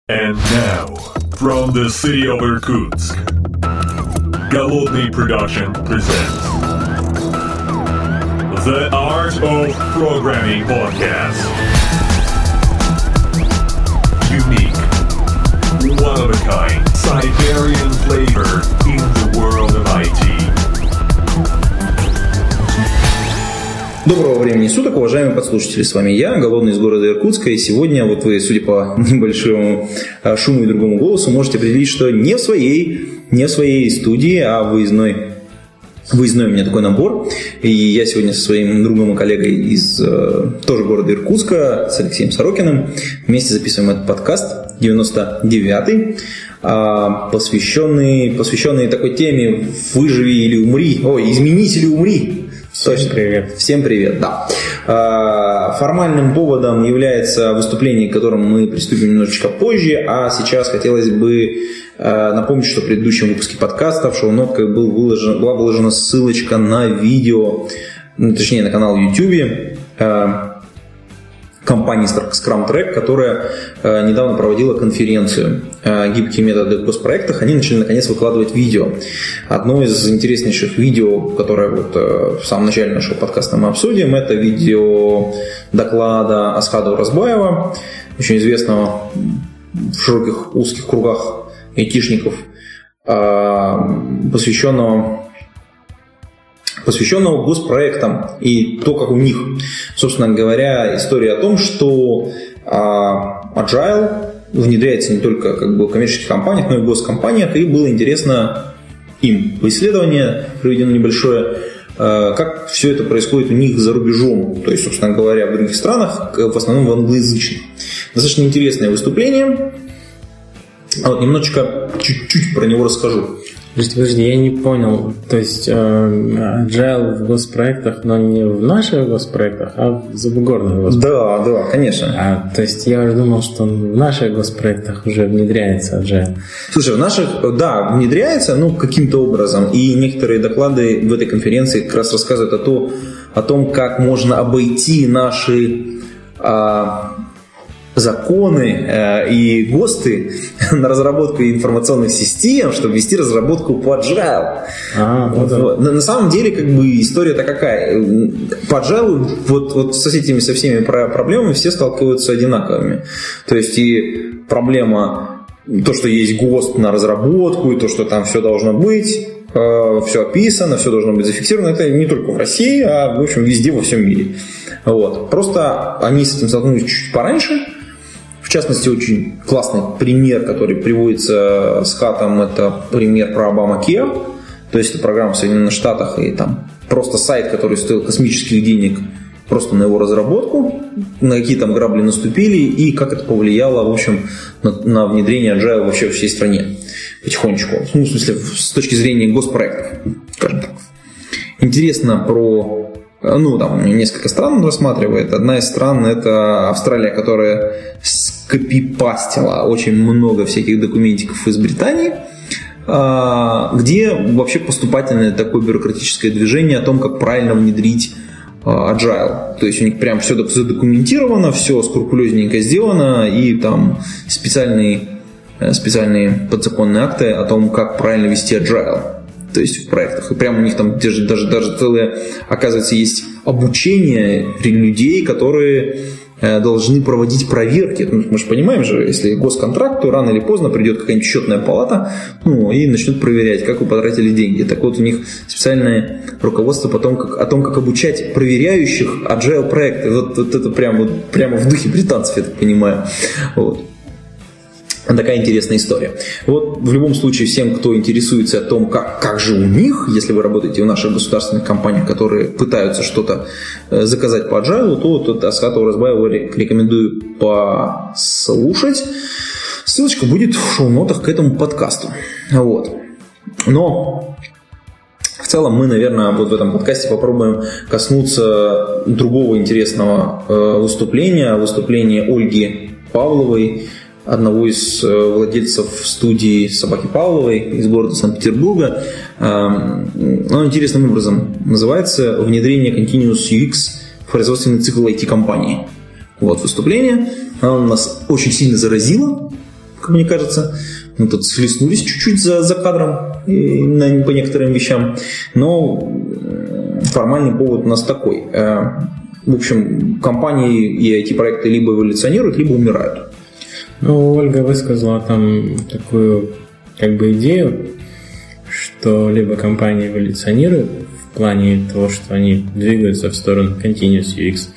And now, from the city of Irkutsk, Голодный Production presents The Art of Programming Podcast. Unique, one-of-a-kind, Siberian flavor in the world of IT. Доброго времени суток, уважаемые подслушатели. С вами я, Голодный из города Иркутска. И сегодня, вот вы, судя по небольшому шуму и другому голосу, можете определить, что не в своей студии, а выездной у меня такой набор. И я сегодня со своим другом и коллегой из тоже города Иркутска, с Алексеем Сорокиным, вместе записываем этот подкаст, 99-й, посвященный такой теме «Выживи или умри», «Изменись или умри». Точно, привет. Всем привет, да. Формальным поводом является выступление, к которому мы приступим немножечко позже, а сейчас хотелось бы напомнить, что в предыдущем выпуске подкаста в шоу-нотках была выложена ссылочка на видео, точнее на канал в YouTube компании Scrum Track, которая недавно проводила конференцию «Гибкие методы в госпроектах». Они начали наконец выкладывать видео. Одно из интереснейших видео, которое в самом начале нашего подкаста мы обсудим, это видео доклада Асхата Уразбаева, очень известного в широких узких кругах айтишников, посвященного госпроектам и то, как у них, собственно говоря, история о том, что Agile внедряется не только в коммерческих компаниях, но и в госкомпаниях, и было интересно им в исследование проведено небольшое, как все это происходит у них за рубежом, то есть, собственно говоря, в других странах, в основном в англоязычных. Достаточно интересное выступление. Немножечко, чуть-чуть про него расскажу. Подожди, я не понял. То есть Agile в госпроектах, но не в наших госпроектах, а в забугорных госпроектах? Да, конечно. То есть я уже думал, что в наших госпроектах уже внедряется Agile. Слушай, в наших, да, внедряется, каким-то образом. И некоторые доклады в этой конференции как раз рассказывают о том, как можно обойти наши законы и ГОСТы на разработку информационных систем, чтобы вести разработку по Agile. На самом деле, история-то какая? По Agile вот со всеми проблемами все сталкиваются одинаковыми. То есть и проблема, то, что есть ГОСТ на разработку, и то, что там все должно быть, все описано, все должно быть зафиксировано. Это не только в России, а в общем везде во всем мире. Просто они с этим столкнулись чуть пораньше. В частности, очень классный пример, который приводится с Хатом, это пример про Obamacare. То есть это программа в Соединенных Штатах, и там просто сайт, который стоил космических денег просто на его разработку, на какие там грабли наступили, и как это повлияло, в общем, на внедрение Agile вообще во всей стране потихонечку. В смысле, с точки зрения госпроектов, скажем так. Интересно про... там несколько стран он рассматривает. Одна из стран – это Австралия, которая скопипастила очень много всяких документиков из Британии, где вообще поступательное такое бюрократическое движение о том, как правильно внедрить Agile. То есть у них прям все задокументировано, все скрупулезненько сделано, и там специальные подзаконные акты о том, как правильно вести Agile. То есть в проектах. И прямо у них там даже целое, оказывается, есть обучение людей, которые должны проводить проверки. Мы же понимаем же, если госконтракт, то рано или поздно придет какая-нибудь счетная палата, и начнут проверять, как вы потратили деньги. Так вот, у них специальное руководство о том, как обучать проверяющих Agile проекты. Вот это прямо в духе британцев, я так понимаю. Такая интересная история. В любом случае, всем, кто интересуется о том, как же у них, если вы работаете в наших государственных компаниях, которые пытаются что-то заказать по Agile, то Асхата Уразбаева рекомендую послушать. Ссылочка будет в шоу-нотах к этому подкасту. Но в целом мы, наверное, в этом подкасте попробуем коснуться другого интересного выступления Ольги Павловой, одного из владельцев студии «Собаки Павловой» из города Санкт-Петербурга. Оно интересным образом называется «Внедрение Continuous UX в производственный цикл IT-компании». Выступление. Оно нас очень сильно заразило, как мне кажется. Мы тут схлестнулись чуть-чуть за кадром по некоторым вещам. Но формальный повод у нас такой. В общем, компании и IT-проекты либо эволюционируют, либо умирают. Ну, Ольга высказала там такую идею, что либо компании эволюционируют в плане того, что они двигаются в сторону Continuous UX,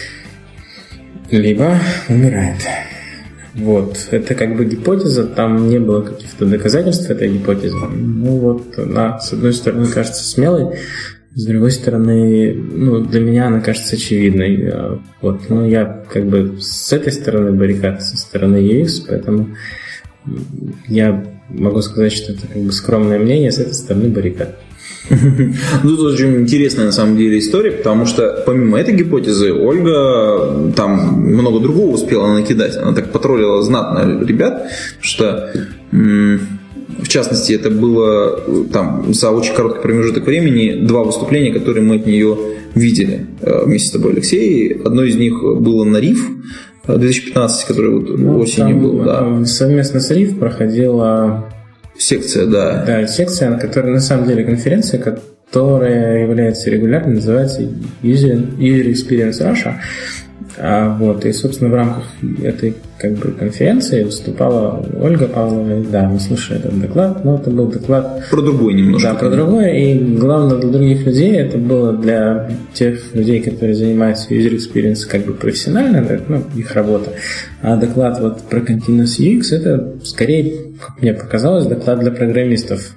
либо умирает. Вот. Это гипотеза, там не было каких-то доказательств этой гипотезы. Ну вот, она, с одной стороны, кажется смелой, с другой стороны, для меня она кажется очевидной. Вот. Я с этой стороны баррикад, со стороны UX, поэтому я могу сказать, что это скромное мнение с этой стороны баррикад. Тут очень интересная на самом деле история, потому что помимо этой гипотезы Ольга там много другого успела накидать. Она так потроллила знатно ребят, что в частности это было там за очень короткий промежуток времени 2 выступления, которые мы от нее видели вместе с тобой, Алексей. Одно из них было на РИФ 2015, который осенью был. Да. Совместно с РИФ проходила секция, да. Да, секция, которая на самом деле конференция, которая является регулярной, называется User Experience Russia. И, собственно, в рамках этой конференции выступала Ольга Павлова. Да, мы слышали этот доклад, но это был доклад про другое немножко. Да, про другое. И главное для других людей, это было для тех людей, которые занимаются User Experience профессионально, их работа. А доклад про Continuous UX это скорее, как мне показалось, доклад для программистов.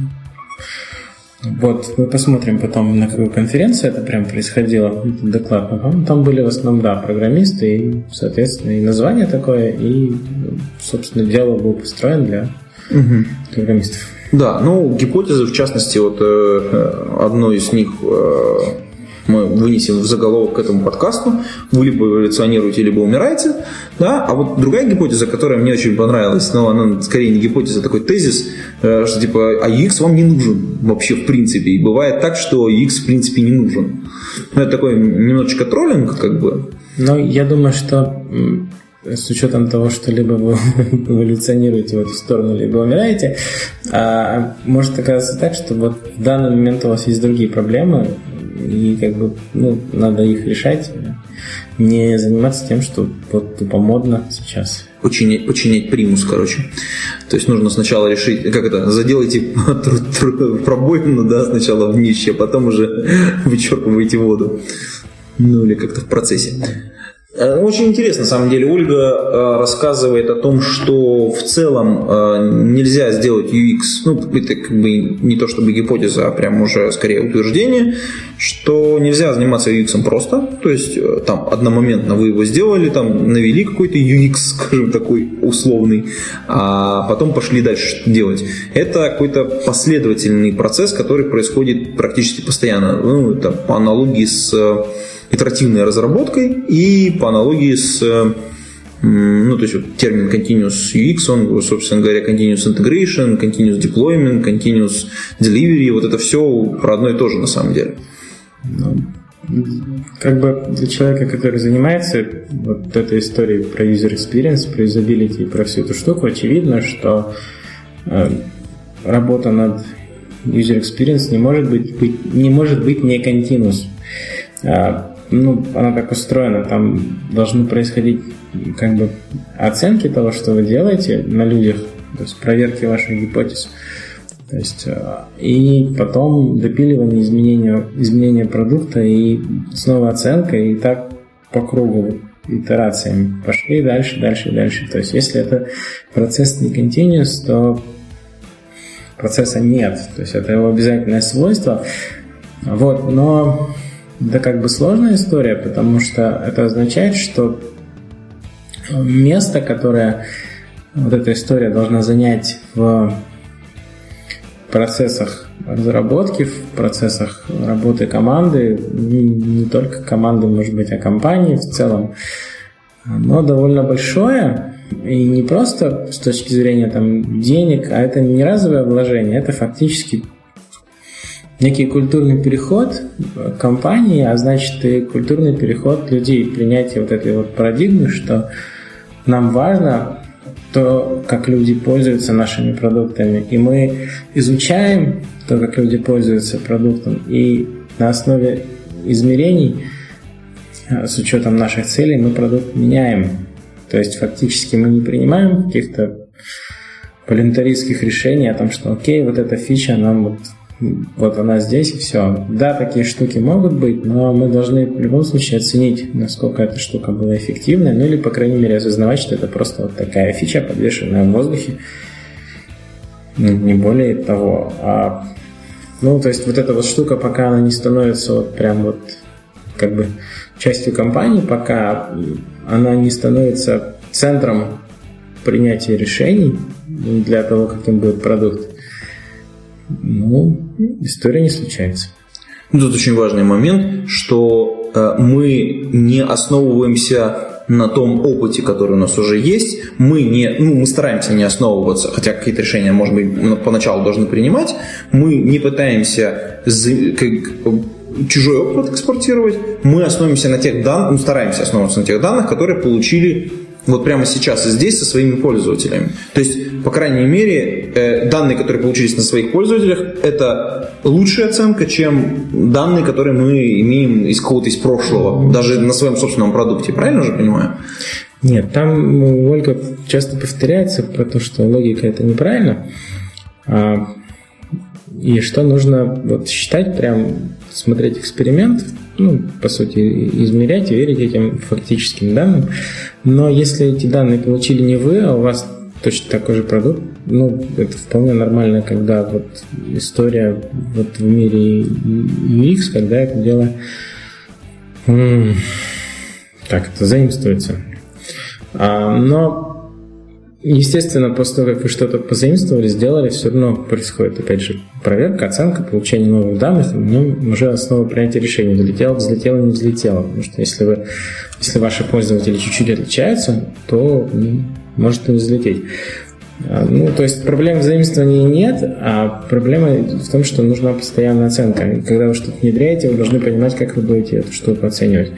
Вот, мы посмотрим потом, на какую конференцию это прям происходило, этот доклад. Там были в основном, программисты, и, соответственно, и название такое, и, собственно, диалог был построен для программистов. Да, гипотезы, в частности, одной из них мы вынесем в заголовок к этому подкасту. Вы либо эволюционируете, либо умираете. Да? А вот другая гипотеза, которая мне очень понравилась, но она скорее не гипотеза, а такой тезис, что а UX вам не нужен вообще в принципе. И бывает так, что UX в принципе не нужен. Это такой немножечко троллинг, Но я думаю, что с учетом того, что либо вы эволюционируете в эту сторону, либо умираете, может оказаться так, что в данный момент у вас есть другие проблемы, и надо их решать, не заниматься тем, что тупо модно сейчас. Починять примус, То есть нужно сначала решить, заделайте пробоину, сначала в днище, а потом уже вычерпываете воду. Или как-то в процессе. Очень интересно, на самом деле, Ольга рассказывает о том, что в целом нельзя сделать UX, это не то чтобы гипотеза, а прям уже скорее утверждение, что нельзя заниматься UX просто, то есть там одномоментно вы его сделали, там навели какой-то UX, скажем, такой условный, а потом пошли дальше делать. Это какой-то последовательный процесс, который происходит практически постоянно, это по аналогии с итеративной разработкой и по аналогии с то есть термин Continuous UX, он, собственно говоря, Continuous Integration, Continuous Deployment, Continuous Delivery, это все про одно и то же на самом деле. Для человека, который занимается этой историей про User Experience, про Usability и про всю эту штуку, очевидно, что работа над User Experience не может быть не Continuous. Она так устроена, там должны происходить оценки того, что вы делаете на людях, то есть проверки ваших гипотез, то есть, и потом допиливание, изменение продукта и снова оценка, и так по кругу итерациями пошли дальше. То есть если это процесс не continuous, то процесса нет, то есть это его обязательное свойство. Но это сложная история, потому что это означает, что место, которое эта история должна занять в процессах разработки, в процессах работы команды, не только команды, может быть, а компании в целом, оно довольно большое, и не просто с точки зрения денег, а это не разовое вложение, это фактически некий культурный переход компании, а значит и культурный переход людей, принятие этой парадигмы, что нам важно то, как люди пользуются нашими продуктами, и мы изучаем то, как люди пользуются продуктом, и на основе измерений, с учетом наших целей, мы продукт меняем. То есть фактически мы не принимаем каких-то волюнтаристских решений о том, что окей, вот эта фича нам вот она здесь и все. Да, такие штуки могут быть, но мы должны в любом случае оценить, насколько эта штука была эффективной, ну или, по крайней мере, осознавать, что это просто вот такая фича, подвешенная в воздухе, не более того. То есть вот эта вот штука, пока она не становится вот прям вот как бы частью компании, пока она не становится центром принятия решений для того, каким будет продукт, история не случается. Тут очень важный момент, что мы не основываемся на том опыте, который у нас уже есть. Мы стараемся не основываться, хотя какие-то решения, может быть, поначалу должны принимать. Мы не пытаемся чужой опыт экспортировать. Мы основываемся на тех данных, стараемся основываться на тех данных, которые получили вот прямо сейчас и здесь со своими пользователями. То есть, по крайней мере, данные, которые получились на своих пользователях, это лучшая оценка, чем данные, которые мы имеем из какого-то из прошлого, даже на своем собственном продукте. Правильно же понимаю? Нет, там Ольга часто повторяется про то, что логика это неправильно. И что нужно считать, прям смотреть эксперимент, по сути, измерять и верить этим фактическим данным. Но если эти данные получили не вы, а у вас точно такой же продукт, это вполне нормально, когда история в мире UX, когда это дело это заимствуется. Но, естественно, после того, как вы что-то позаимствовали, сделали, все равно происходит, опять же, проверка, оценка, получение новых данных, уже основа принятия решения. Взлетело, не взлетело. Потому что если ваши пользователи чуть-чуть отличаются, то может и не взлететь. То есть проблем взаимствования нет, а проблема в том, что нужна постоянная оценка. И когда вы что-то внедряете, вы должны понимать, как вы будете эту штуку оценивать.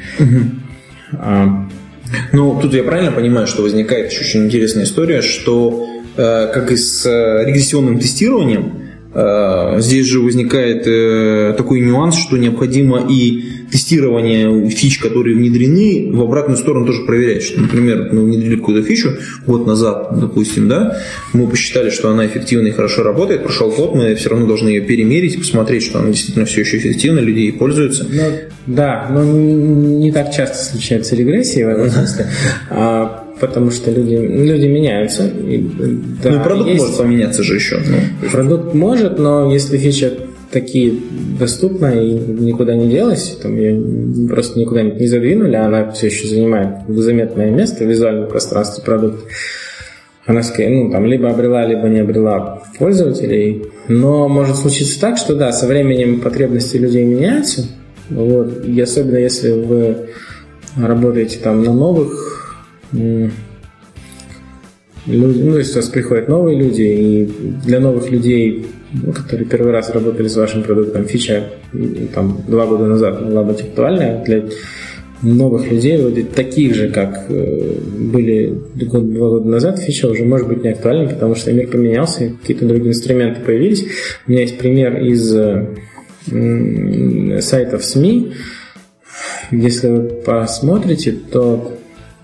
Тут я правильно понимаю, что возникает еще очень интересная история, что как и с регрессионным тестированием, здесь же возникает такой нюанс, что необходимо и тестирование фич, которые внедрены, в обратную сторону тоже проверять. Что, например, мы внедрили какую-то фичу год назад, допустим, мы посчитали, что она эффективна и хорошо работает, прошел год, мы все равно должны ее перемерить, посмотреть, что она действительно все еще эффективна, люди ей пользуются. Но не так часто случаются регрессии в этом смысле. Потому что люди меняются. И продукт может поменяться же еще. Продукт может, но если фича такие доступна и никуда не делась, ее просто никуда не задвинули, она все еще занимает заметное место в визуальном пространстве продукта, она либо обрела, либо не обрела пользователей. Но может случиться так, что со временем потребности людей меняются. И особенно если вы работаете на новых люди, то есть у вас приходят новые люди, и для новых людей, которые первый раз работали с вашим продуктом, фича 2 года назад могла быть актуальна. Для новых людей, таких же, как были 2 года назад, фича уже может быть не актуальна, потому что мир поменялся, какие-то другие инструменты появились. У меня есть пример из сайтов СМИ. Если вы посмотрите, то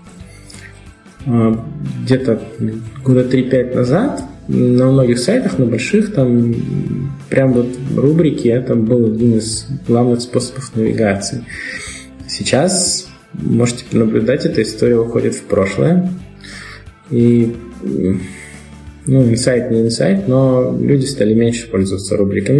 где-то года 3-5 назад на многих сайтах, на больших, прям рубрики, это был один из главных способов навигации. Сейчас можете наблюдать, эта история уходит в прошлое. И инсайт не инсайт, но люди стали меньше пользоваться рубриками.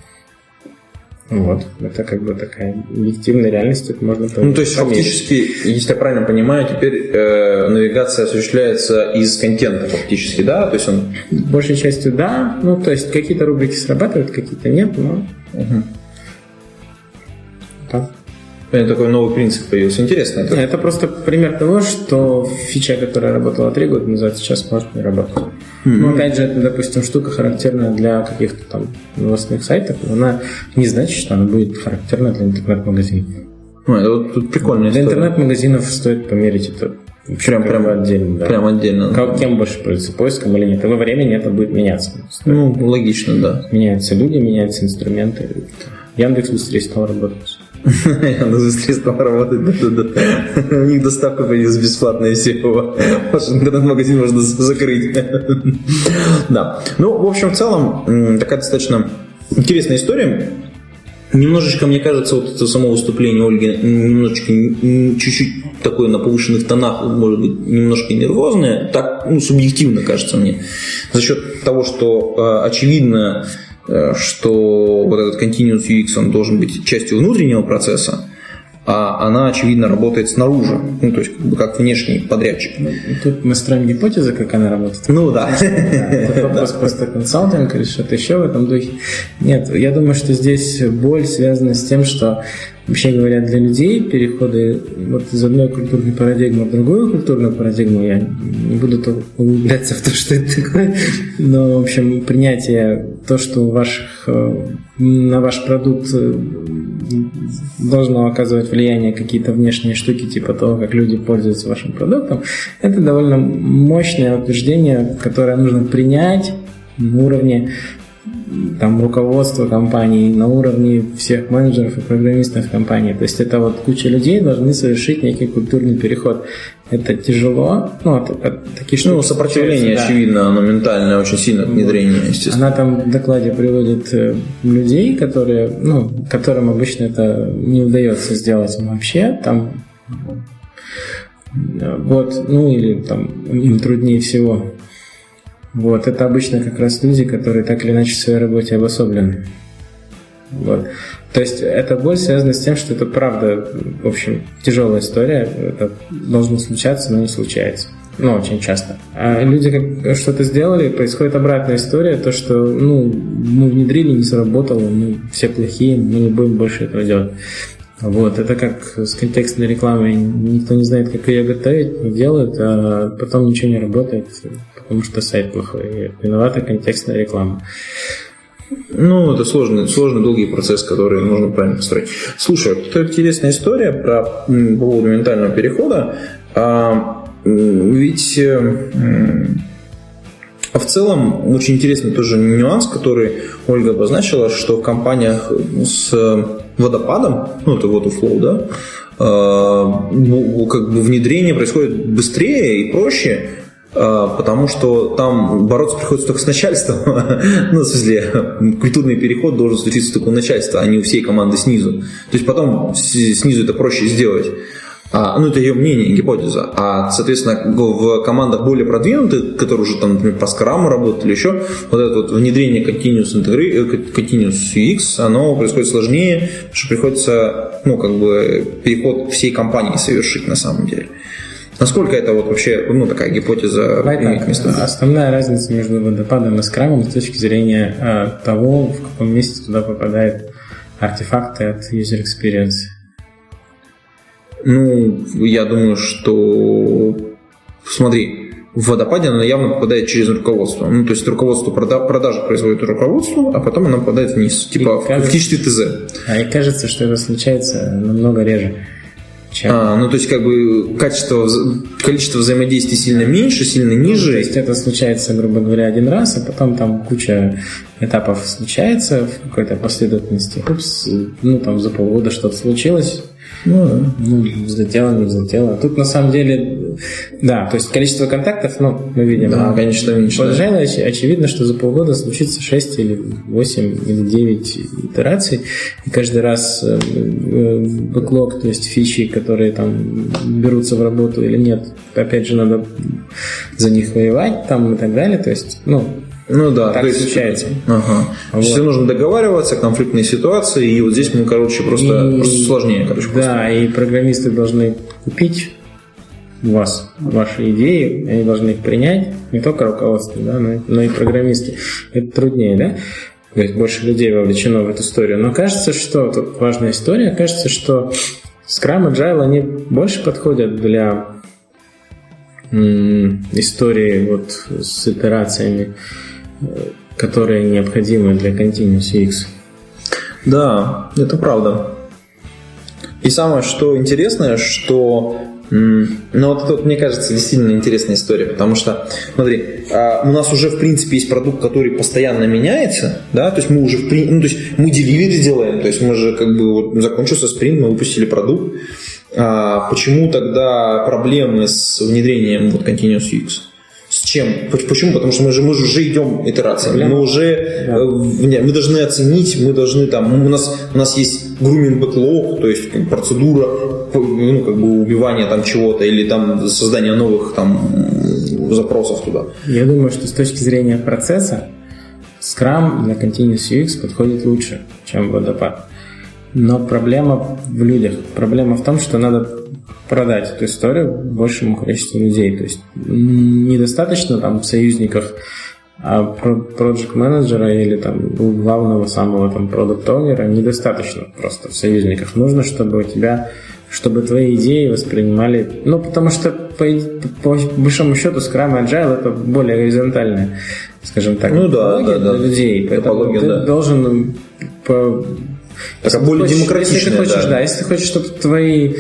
Это такая объективная реальность, это можно понять. То есть фактически, если я правильно понимаю, теперь навигация осуществляется из контента фактически, да? То есть большей частью да. То есть какие-то рубрики срабатывают, какие-то нет, но... Такой новый принцип появился. Интересно. Это просто пример того, что фича, которая работала 3 года назад, сейчас может не работать. Опять же, это, допустим, штука характерная для каких-то новостных сайтов, но она не значит, что она будет характерна для интернет-магазинов. Это тут прикольная для история. интернет-магазинов стоит померить это Прям отдельно, да. Прям отдельно. Кем больше пользуется, поиском или нет? И во времени это будет меняться. Ну, логично, да. Меняются люди, меняются инструменты. Яндекс быстрее стал работать. Яндекс быстрее стал работать, да. У них доставка появилась бесплатная всего. Ваш интернет-магазин можно закрыть. Да. Ну, в общем, в целом, такая достаточно интересная история. Немножечко, мне кажется, вот это само выступление Ольги немножечко, чуть-чуть такое на повышенных тонах, может быть, немножко нервозное, так, субъективно кажется мне, за счет того, что очевидно, что вот этот Continuous UX, он должен быть частью внутреннего процесса, а она, очевидно, работает снаружи, то есть как внешний подрядчик. Тут мы строим гипотезы, как она работает. Ну да. Это вопрос просто консалтинг или что-то еще в этом духе. Нет, я думаю, что здесь боль связана с тем, что, вообще говоря, для людей переходы вот из одной культурной парадигмы в другую культурную парадигму, я не буду углубляться в то, что это такое, но, в общем, принятие то, что на ваш продукт должно оказывать влияние какие-то внешние штуки, типа того, как люди пользуются вашим продуктом, это довольно мощное утверждение, которое нужно принять на уровне руководства компании, на уровне всех менеджеров и программистов компании. То есть это вот куча людей должны совершить некий культурный переход. Это тяжело. Такие штуки. Сопротивление, да. Очевидно, оно ментальное, очень сильно внедрение, естественно. Она там в докладе приводит людей, которым обычно это не удается сделать вообще. Или им труднее всего. Вот, это обычно как раз люди, которые так или иначе в своей работе обособлены. Вот. То есть эта боль связана с тем, что это правда, в общем, тяжелая история. Это должно случаться, но не случается. Очень часто. А люди как что-то сделали, происходит обратная история, то, что мы внедрили, не сработало, мы все плохие, мы не будем больше этого делать. Вот, это как с контекстной рекламой. Никто не знает, как ее готовить, делают, а потом ничего не работает, потому что сайт плохой. Виновата контекстная реклама. Это сложный, долгий процесс, который нужно правильно построить. Слушай, это интересная история по поводу ментального перехода. Ведь в целом очень интересный тоже нюанс, который Ольга обозначила, что в компаниях с водопадом, это Waterflow, да, внедрение происходит быстрее и проще, потому что там бороться приходится только с начальством. В смысле, культурный переход должен случиться только у начальства, а не у всей команды снизу. То есть потом снизу это проще сделать. Это ее мнение, гипотеза. Соответственно, в командах более продвинутых, которые уже например, по скраму работают или еще, вот это вот внедрение Continuous UX, оно происходит сложнее, потому что приходится, переход всей компании совершить на самом деле. Насколько это вообще, такая гипотеза имеет место? Основная разница между водопадом и скрамом с точки зрения того, в каком месте туда попадают артефакты от user experience. Я думаю, что... Смотри, в водопаде она явно попадает через руководство. То есть руководство продажи производит руководство, а потом она попадает вниз. В качестве ТЗ. И кажется, что это случается намного реже. То есть количество взаимодействий сильно меньше, сильно ниже. То есть это случается, грубо говоря, один раз, а потом там куча этапов случается в какой-то последовательности. За полгода что-то случилось. Взлетело, не взлетело. Тут на самом деле, да, то есть количество контактов, мы видим. Да, конечно, меньше. По Agile очевидно, что за полгода случится 6 или 8 или 9 итераций, и каждый раз бэклог, то есть фичи, которые там берутся в работу или нет, опять же, надо за них воевать и так далее, то есть, так то есть, случается. Все нужно договариваться, конфликтные ситуации, и вот здесь мы, просто сложнее. Да, и программисты должны купить у вас ваши идеи, они должны их принять, не только руководство, да, но и программисты. Это труднее, да? То есть больше людей вовлечено в эту историю. Но кажется, что, тут важная история, кажется, что Scrum и Agile, они больше подходят для истории с итерациями, которые необходимы для Continuous UX. Да, это правда. И самое, что интересное, что Ну, вот это, мне кажется, действительно интересная история, потому что, смотри, у нас уже, в принципе, есть продукт, который постоянно меняется, да, то есть мы уже, то есть мы деливери делаем, то есть мы же, как бы, вот, закончился спринт, мы выпустили продукт. Почему тогда проблемы с внедрением вот Continuous UX? С чем? Почему? Потому что мы же уже идем итерациями. Мы уже мы должны оценить, мы должны там. У нас есть grooming backlog, то есть процедура убивания там чего-то или там создания новых там запросов туда. Я думаю, что с точки зрения процесса Scrum для Continuous UX подходит лучше, чем Водопад. Но проблема в людях. Проблема в том, что надо продать эту историю большему количеству людей. То есть недостаточно там в союзниках проект-менеджера или там главного самого там продукт-оунера, недостаточно просто в союзниках. Нужно, чтобы твои идеи воспринимали... Ну, потому что по большому счету Scrum и Agile это более горизонтальная, скажем так, для людей. Поэтому ты должен более демократичная, если ты хочешь, чтобы твои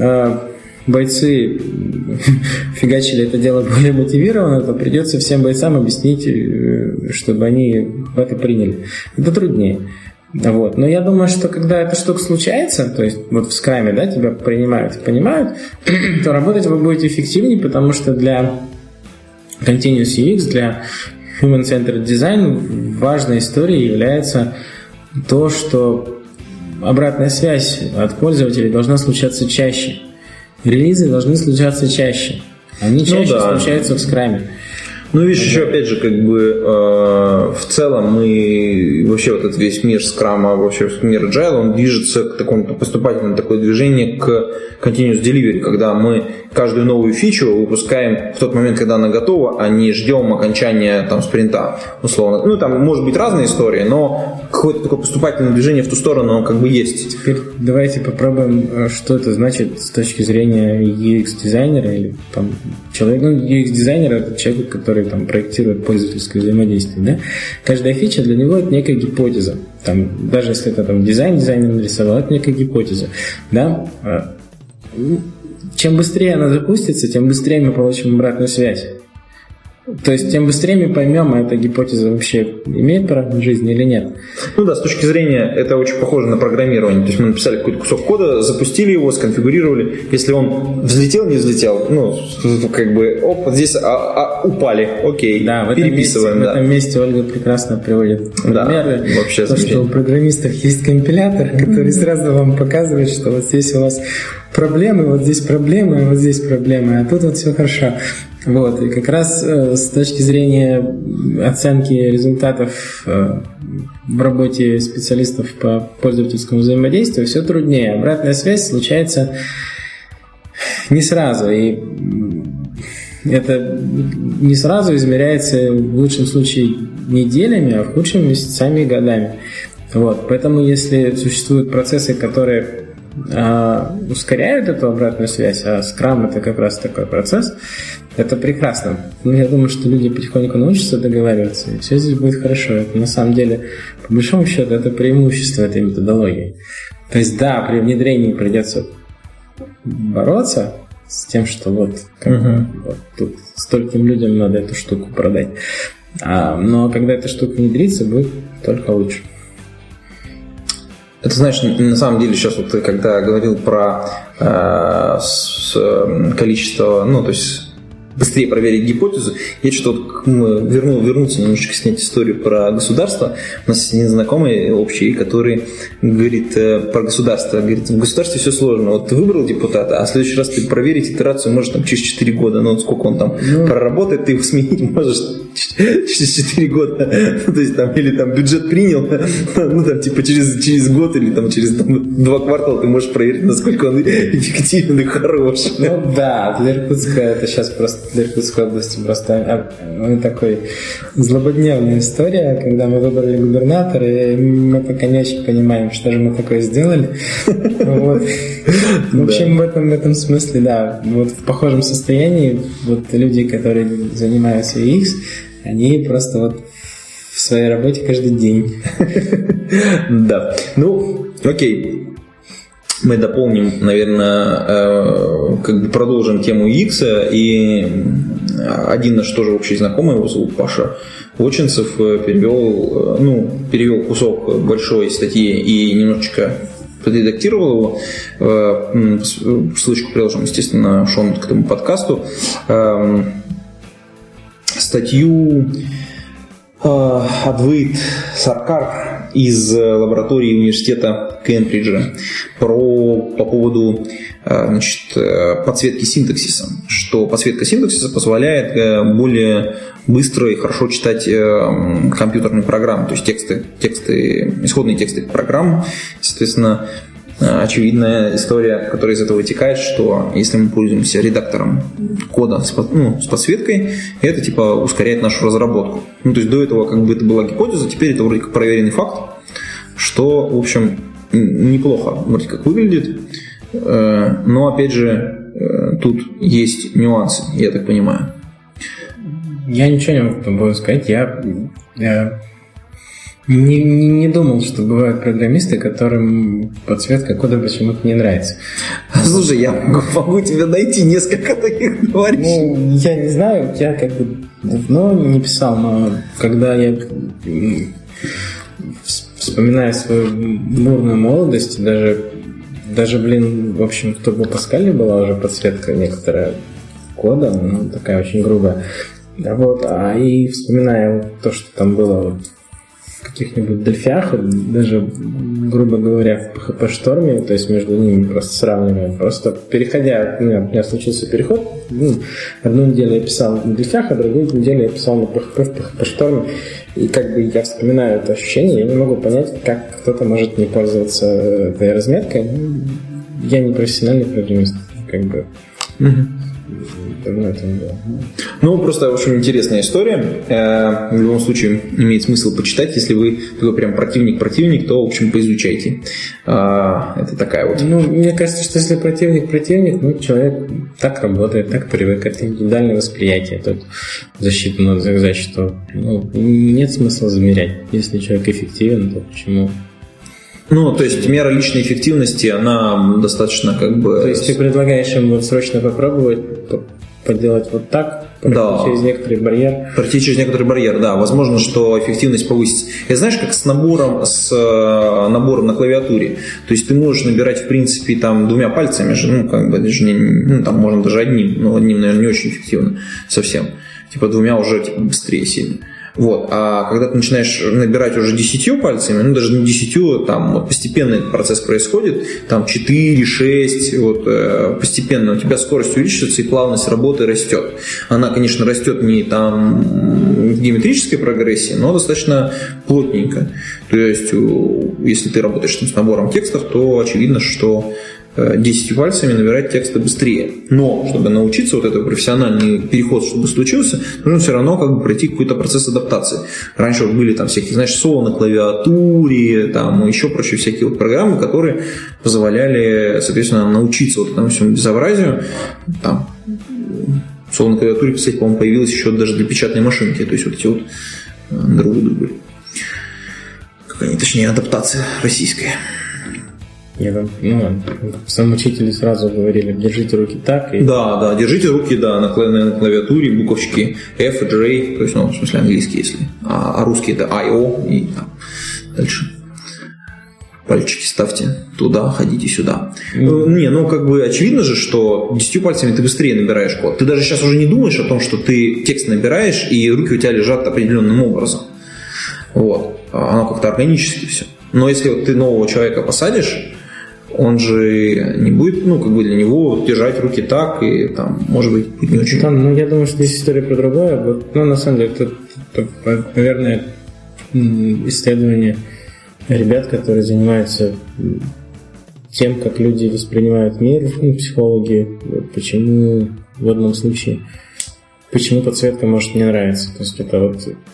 бойцы фигачили это дело более мотивированно, то придется всем бойцам объяснить, чтобы они это приняли. Это труднее. Вот. Но я думаю, что когда эта штука случается, то есть вот в скраме, да, тебя принимают и понимают, то работать вы будете эффективнее, потому что для Continuous UX, для Human-Centered Design важной историей является то, что обратная связь от пользователей должна случаться чаще. Релизы должны случаться чаще. Они чаще случаются в скраме. Ну, видишь, еще опять же, как бы в целом мы вообще вот этот весь мир скрама, вообще мир agile, он движется к такому поступательному такое движение к continuous delivery, когда мы каждую новую фичу выпускаем в тот момент, когда она готова, а не ждем окончания там спринта, условно. Ну, там может быть разные истории, но какое-то такое поступательное движение в ту сторону, оно как бы есть. Теперь давайте попробуем, что это значит с точки зрения UX-дизайнера или там человека. Ну, UX-дизайнер — это человек, который там проектирует пользовательское взаимодействие, да? Каждая фича для него — это некая гипотеза. Там, даже если это там дизайнер нарисовал, это некая гипотеза, да? Чем быстрее она запустится, тем быстрее мы получим обратную связь. То есть, тем быстрее мы поймем, эта гипотеза вообще имеет право на жизнь или нет. Ну да, с точки зрения, это очень похоже на программирование. То есть, мы написали какой-то кусок кода, запустили его, сконфигурировали. Если он взлетел, не взлетел, ну, как бы, вот здесь упали, окей, да, переписываем. В этом месте Ольга прекрасно приводит примеры. Да, вообще то, что у программистов есть компилятор, который сразу вам показывает, что вот здесь у вас проблемы, вот здесь проблемы, вот здесь проблемы, а тут вот все хорошо. Вот, и как раз с точки зрения оценки результатов в работе специалистов по пользовательскому взаимодействию все труднее. Обратная связь случается не сразу, и это не сразу измеряется в лучшем случае неделями, а в худшем месяцами и годами. Вот, поэтому если существуют процессы, которые ускоряют эту обратную связь, а Scrum — это как раз такой процесс, это прекрасно. Но я думаю, что люди потихоньку научатся договариваться, и все здесь будет хорошо. Это на самом деле, по большому счету, это преимущество этой методологии. То есть, да, при внедрении придется бороться с тем, что вот тут стольким людям надо эту штуку продать. Но когда эта штука внедрится, будет только лучше. Это, знаешь, на самом деле сейчас вот ты когда говорил про количество, ну, то есть быстрее проверить гипотезу, я что-то вот вернуться немножечко, снять историю про государство. У нас есть один знакомый общий, который говорит про государство. Говорит, в государстве все сложно. Вот ты выбрал депутата, а в следующий раз ты проверить итерацию можешь там через 4 года. Ну, вот сколько он там проработает, ты его сменить можешь через 4 года. Ну, то есть там, или там бюджет принял, ну, там, типа через год или там через 2 квартала ты можешь проверить, насколько он эффективен и хорош. Ну да, для Иркутска это сейчас просто для Иркутской области просто такой злободневная история, когда мы выбрали губернатора, и мы пока не очень понимаем, что же мы такое сделали. В общем, в этом смысле, да, вот в похожем состоянии вот люди, которые занимаются UX, они просто вот в своей работе каждый день. Да. Ну, окей. мы дополним, наверное, как бы продолжим тему UX, и один наш тоже общий знакомый, его зовут Паша Вочинцев, перевел кусок большой статьи и немножечко подредактировал его. Ссылочку приложим, естественно, в шоу-нот к этому подкасту. Статью Адвайт Саркар из лаборатории университета Кембриджа по поводу подсветки синтаксиса, что подсветка синтаксиса позволяет более быстро и хорошо читать компьютерные программы, то есть исходные тексты программ. Соответственно, очевидная история, которая из этого вытекает, что если мы пользуемся редактором кода с подсветкой, это типа ускоряет нашу разработку. То есть до этого как бы это была гипотеза, теперь это вроде как проверенный факт, что, в общем, неплохо вроде как выглядит. Но, опять же, тут есть нюансы, я так понимаю. Я ничего не могу сказать. Я не думал, что бывают программисты, которым подсветка кода почему-то не нравится. Слушай, я могу тебе найти несколько таких товарищей. Я не знаю, я как бы давно не писал, но когда я вспоминаю свою бурную молодость, даже, в общем, в Turbo Pascal была уже подсветка некоторая кода, такая очень грубая. Вот, и вспоминая то, что там было в каких-нибудь дельфях, даже, грубо говоря, в PHP-шторме, то есть между ними просто сравнивая, просто переходя, у меня случился переход, одну неделю я писал на дельфях, а другую неделю я писал на PHP в PHP-шторме, и как бы я вспоминаю это ощущение, я не могу понять, как кто-то может не пользоваться этой разметкой. Я не профессиональный программист, как бы. Давно это не было. Просто очень интересная история. В любом случае имеет смысл почитать. Если вы такой прям противник, то, в общем, поизучайте. Это такая вот... Мне кажется, что если противник, человек так работает, так привык, это индивидуальное восприятие. Тут защиту надо сказать, что нет смысла замерять. Если человек эффективен, то почему... то есть мера личной эффективности, она достаточно как бы... То есть ты предлагаешь им срочно попробовать поделать вот так, пройти через некоторый барьер? Пройти через некоторый барьер, да. Возможно, что эффективность повысится. Это знаешь, как с набором на клавиатуре. То есть ты можешь набирать, в принципе, там двумя пальцами же, там можно даже одним, но одним, наверное, не очень эффективно совсем. Двумя уже быстрее сильно. Вот. А когда ты начинаешь набирать уже 10 пальцами, даже не 10, там постепенно этот процесс происходит, там 4, 6, постепенно у тебя скорость увеличивается и плавность работы растет. Она, конечно, растет не там в геометрической прогрессии, но достаточно плотненько. То есть, если ты работаешь с набором текстов, то очевидно, что 10 пальцами набирать тексты быстрее. Но, чтобы научиться этот профессиональный переход, чтобы случился, нужно все равно пройти какой-то процесс адаптации. Раньше были там всякие, соло на клавиатуре, там еще прочие всякие программы, которые позволяли, соответственно, научиться этому всему безобразию. Там, соло на клавиатуре, кстати, по-моему, появилось еще даже для печатной машинки. То есть эти андроиды были. Точнее, адаптация российская. Сам учитель сразу говорили, держите руки так. Да, держите руки, на клавиатуре, буковочки F и J, то есть, в смысле английский, если, а русский это I-O, и там дальше пальчики ставьте туда, ходите сюда. Очевидно же, что 10 пальцами ты быстрее набираешь код. Ты даже сейчас уже не думаешь о том, что ты текст набираешь, и руки у тебя лежат определенным образом. Оно как-то органически все. Но если ты нового человека посадишь, он же не будет, для него держать руки так, и там, может быть, будет не очень... Я думаю, что здесь история про другое. На самом деле, это, наверное, исследование ребят, которые занимаются тем, как люди воспринимают мир, психологи, почему в одном случае, почему подсветка может не нравиться. То есть это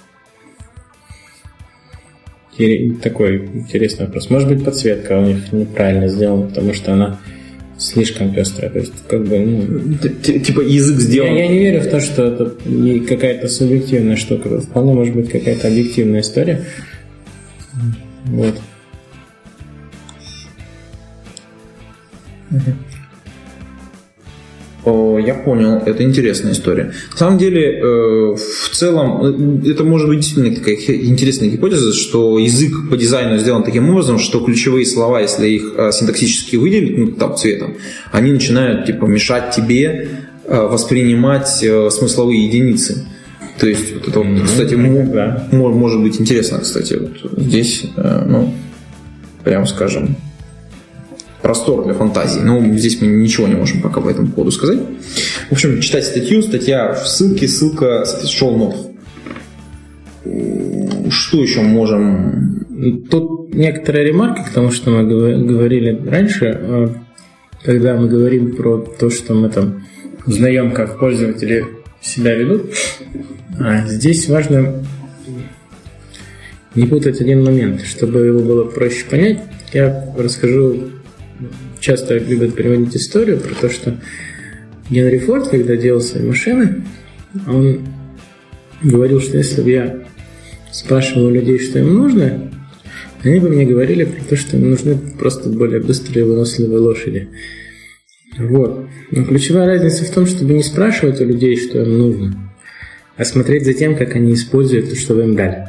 такой интересный вопрос. Может быть, подсветка у них неправильно сделана, потому что она слишком пестрая. То есть, язык сделан. Я не верю в то, что это какая-то субъективная штука. Это вполне может быть какая-то объективная история. Я понял, это интересная история. На самом деле, в целом, это может быть действительно такая интересная гипотеза, что язык по дизайну сделан таким образом, что ключевые слова, если их синтаксически выделить, там, цветом, они начинают типа мешать тебе воспринимать смысловые единицы. То есть, вот это, кстати, может быть интересно, кстати, вот здесь, прям скажем, простор для фантазии. Но здесь мы ничего не можем пока по этому поводу сказать. В общем, читать статью, статья в ссылке, ссылка в шоу-нотах. Что еще можем... Тут некоторая ремарка к тому, что мы говорили раньше, когда мы говорим про то, что мы там узнаем, как пользователи себя ведут. Здесь важно не путать один момент. Чтобы его было проще понять, я расскажу. Часто любят приводить историю про то, что Генри Форд, когда делал свои машины, он говорил, что если бы я спрашивал у людей, что им нужно, они бы мне говорили про то, что им нужны просто более быстрые выносливые лошади. Вот. Но ключевая разница в том, чтобы не спрашивать у людей, что им нужно, а смотреть за тем, как они используют то, что вы им дали.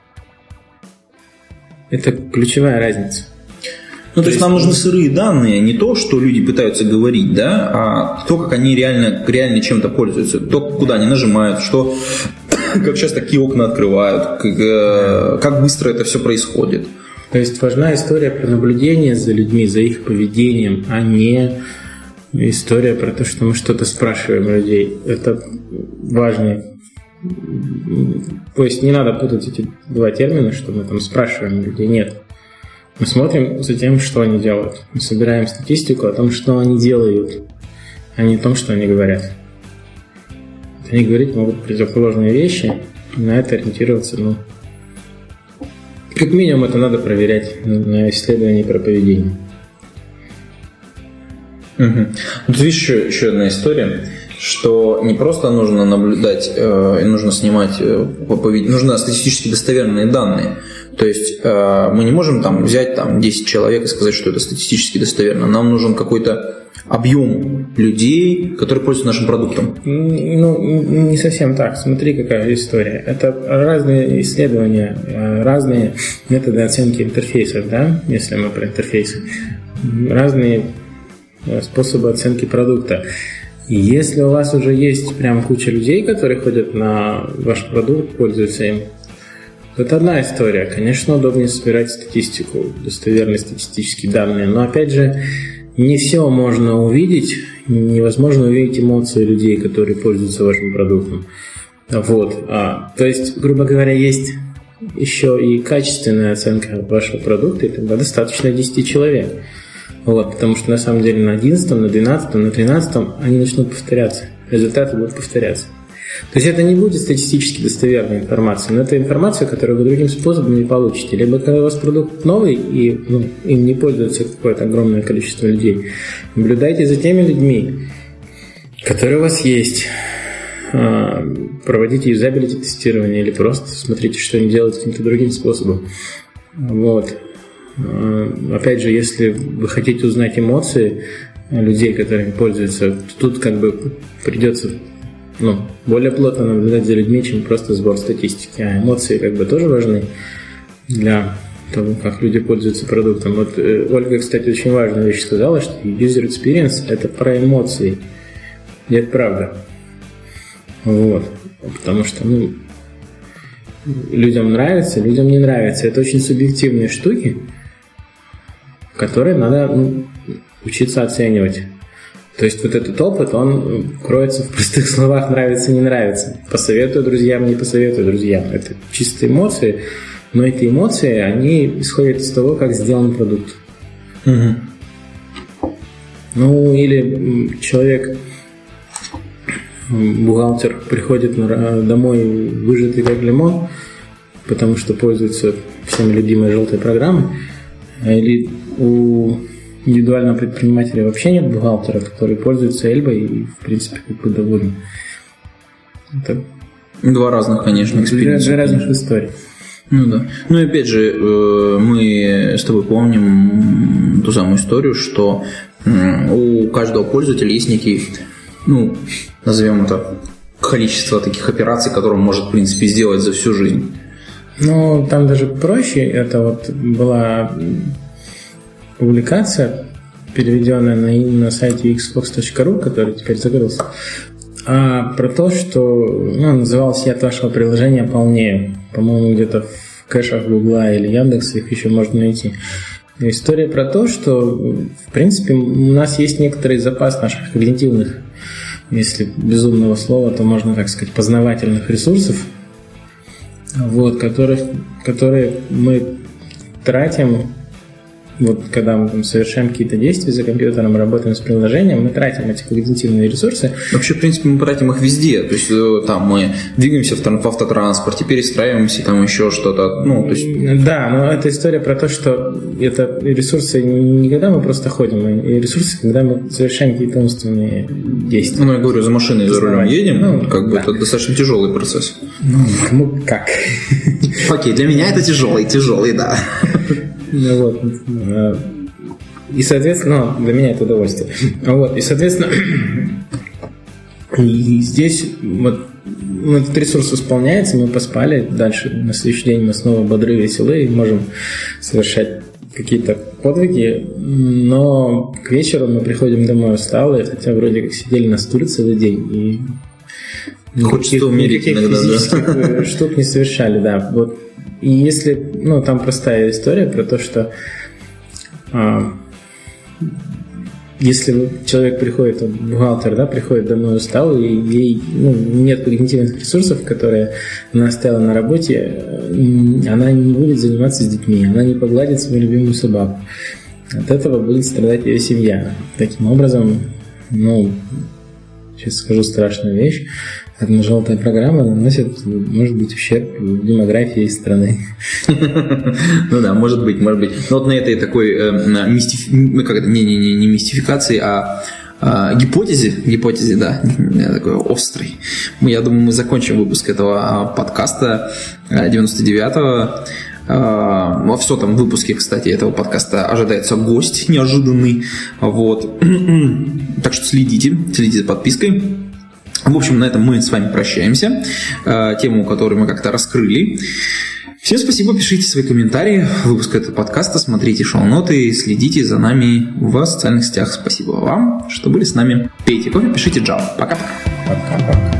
Это ключевая разница. То есть нам нужны сырые данные, не то, что люди пытаются говорить, да, а то, как они реально чем-то пользуются, то, куда они нажимают, что, как часто какие окна открывают, как быстро это все происходит. То есть важна история про наблюдение за людьми, за их поведением, а не история про то, что мы что-то спрашиваем людей. Это важно. То есть не надо путать эти два термина, что мы там спрашиваем людей. Нет. Мы смотрим за тем, что они делают. Мы собираем статистику о том, что они делают, а не о том, что они говорят. Они говорить могут противоположные вещи, и на это ориентироваться, как минимум это надо проверять на исследовании про поведение. Тут видишь еще одна история, что не просто нужно наблюдать и нужно снимать нужны статистически достоверные данные. То есть мы не можем взять 10 человек и сказать, что это статистически достоверно. Нам нужен какой-то объем людей, которые пользуются нашим продуктом. Не совсем так. Смотри, какая история. Это разные исследования, разные методы оценки интерфейсов, да? Если мы про интерфейсы. Разные способы оценки продукта. И если у вас уже есть прям куча людей, которые ходят на ваш продукт, пользуются им, это одна история. Конечно, удобнее собирать статистику, достоверные статистические данные, но, опять же, не все можно увидеть, невозможно увидеть эмоции людей, которые пользуются вашим продуктом. Вот. То есть, грубо говоря, есть еще и качественная оценка вашего продукта, и тогда достаточно 10 человек. Вот, потому что, на самом деле, на 11, на 12, на 13 они начнут повторяться. Результаты будут повторяться. То есть это не будет статистически достоверной информацией, но это информация, которую вы другим способом не получите. Либо когда у вас продукт новый, и им не пользуется какое-то огромное количество людей, наблюдайте за теми людьми, которые у вас есть. Проводите юзабилити тестирование или просто смотрите, что они делают каким-то другим способом. Вот. Опять же, если вы хотите узнать эмоции людей, которыми пользуются, то тут придется более плотно наблюдать за людьми, чем просто сбор статистики. А эмоции тоже важны для того, как люди пользуются продуктом. Вот Ольга, кстати, очень важную вещь сказала, что user experience – это про эмоции. И это правда. Вот. Потому что, людям нравится, людям не нравится. Это очень субъективные штуки, которые надо учиться оценивать. То есть вот этот опыт, он кроется в простых словах «нравится, не нравится». Посоветую друзьям, не посоветую друзьям. Это чистые эмоции, но эти эмоции, они исходят из того, как сделан продукт. Или человек, бухгалтер, приходит домой выжатый как лимон, потому что пользуется всеми любимой желтой программой, или у индивидуального предпринимателя вообще нет бухгалтера, который пользуется Эльбой и, в принципе, доволен. Это два разных, конечно, эксперимента. Две разных истории. Да. И опять же, мы с тобой помним ту самую историю, что у каждого пользователя есть некий, назовем это, количество таких операций, которые он может, в принципе, сделать за всю жизнь. Ну, там даже проще. Это вот была публикация, переведенная на сайте xbox.ru, который теперь закрылся, про то, что называлось «Яд вашего приложения полнее». По-моему, где-то в кэшах Гугла или Яндекса их еще можно найти. История про то, что, в принципе, у нас есть некоторый запас наших когнитивных, если безумного слова, то можно так сказать, познавательных ресурсов, которые мы тратим, когда мы совершаем какие-то действия за компьютером, работаем с приложением, мы тратим эти когнитивные ресурсы. Вообще, в принципе, мы тратим их везде. То есть, там мы двигаемся в автотранспорте, перестраиваемся, там еще что-то. Да, но это история про то, что это ресурсы не когда мы просто ходим, а ресурсы, когда мы совершаем какие-то умственные действия. Я говорю, за машиной за рулем едем, да. Это достаточно тяжелый процесс. Кому как. Окей, для меня это тяжелый, да. И, соответственно, для меня это удовольствие. И, соответственно, и здесь этот ресурс восполняется, мы поспали, дальше на следующий день мы снова бодры, веселые, можем совершать какие-то подвиги, но к вечеру мы приходим домой усталые, хотя вроде как сидели на стуле целый день и никаких физических штук не совершали, да. И если, там простая история про то, что если человек приходит, бухгалтер, приходит домой усталый, и ей нет когнитивных ресурсов, которые она оставила на работе, она не будет заниматься с детьми, она не погладит свою любимую собаку. От этого будет страдать ее семья. Таким образом, сейчас скажу страшную вещь, одна желтая программа наносит, может быть, ущерб демографии страны. Да, может быть. Но на этой такой не мистификации, а гипотезе, да, такой острый. Я думаю, мы закончим выпуск этого подкаста 99-го. Во 100-м выпуске, кстати, этого подкаста ожидается гость неожиданный. Так что следите за подпиской. В общем, на этом мы с вами прощаемся. Тему, которую мы как-то раскрыли. Всем спасибо, пишите свои комментарии в выпуске этого подкаста, смотрите шоу-ноты, следите за нами в социальных сетях. Спасибо вам, что были с нами. Пейте кофе, пишите Java. Пока-пока. Пока-пока.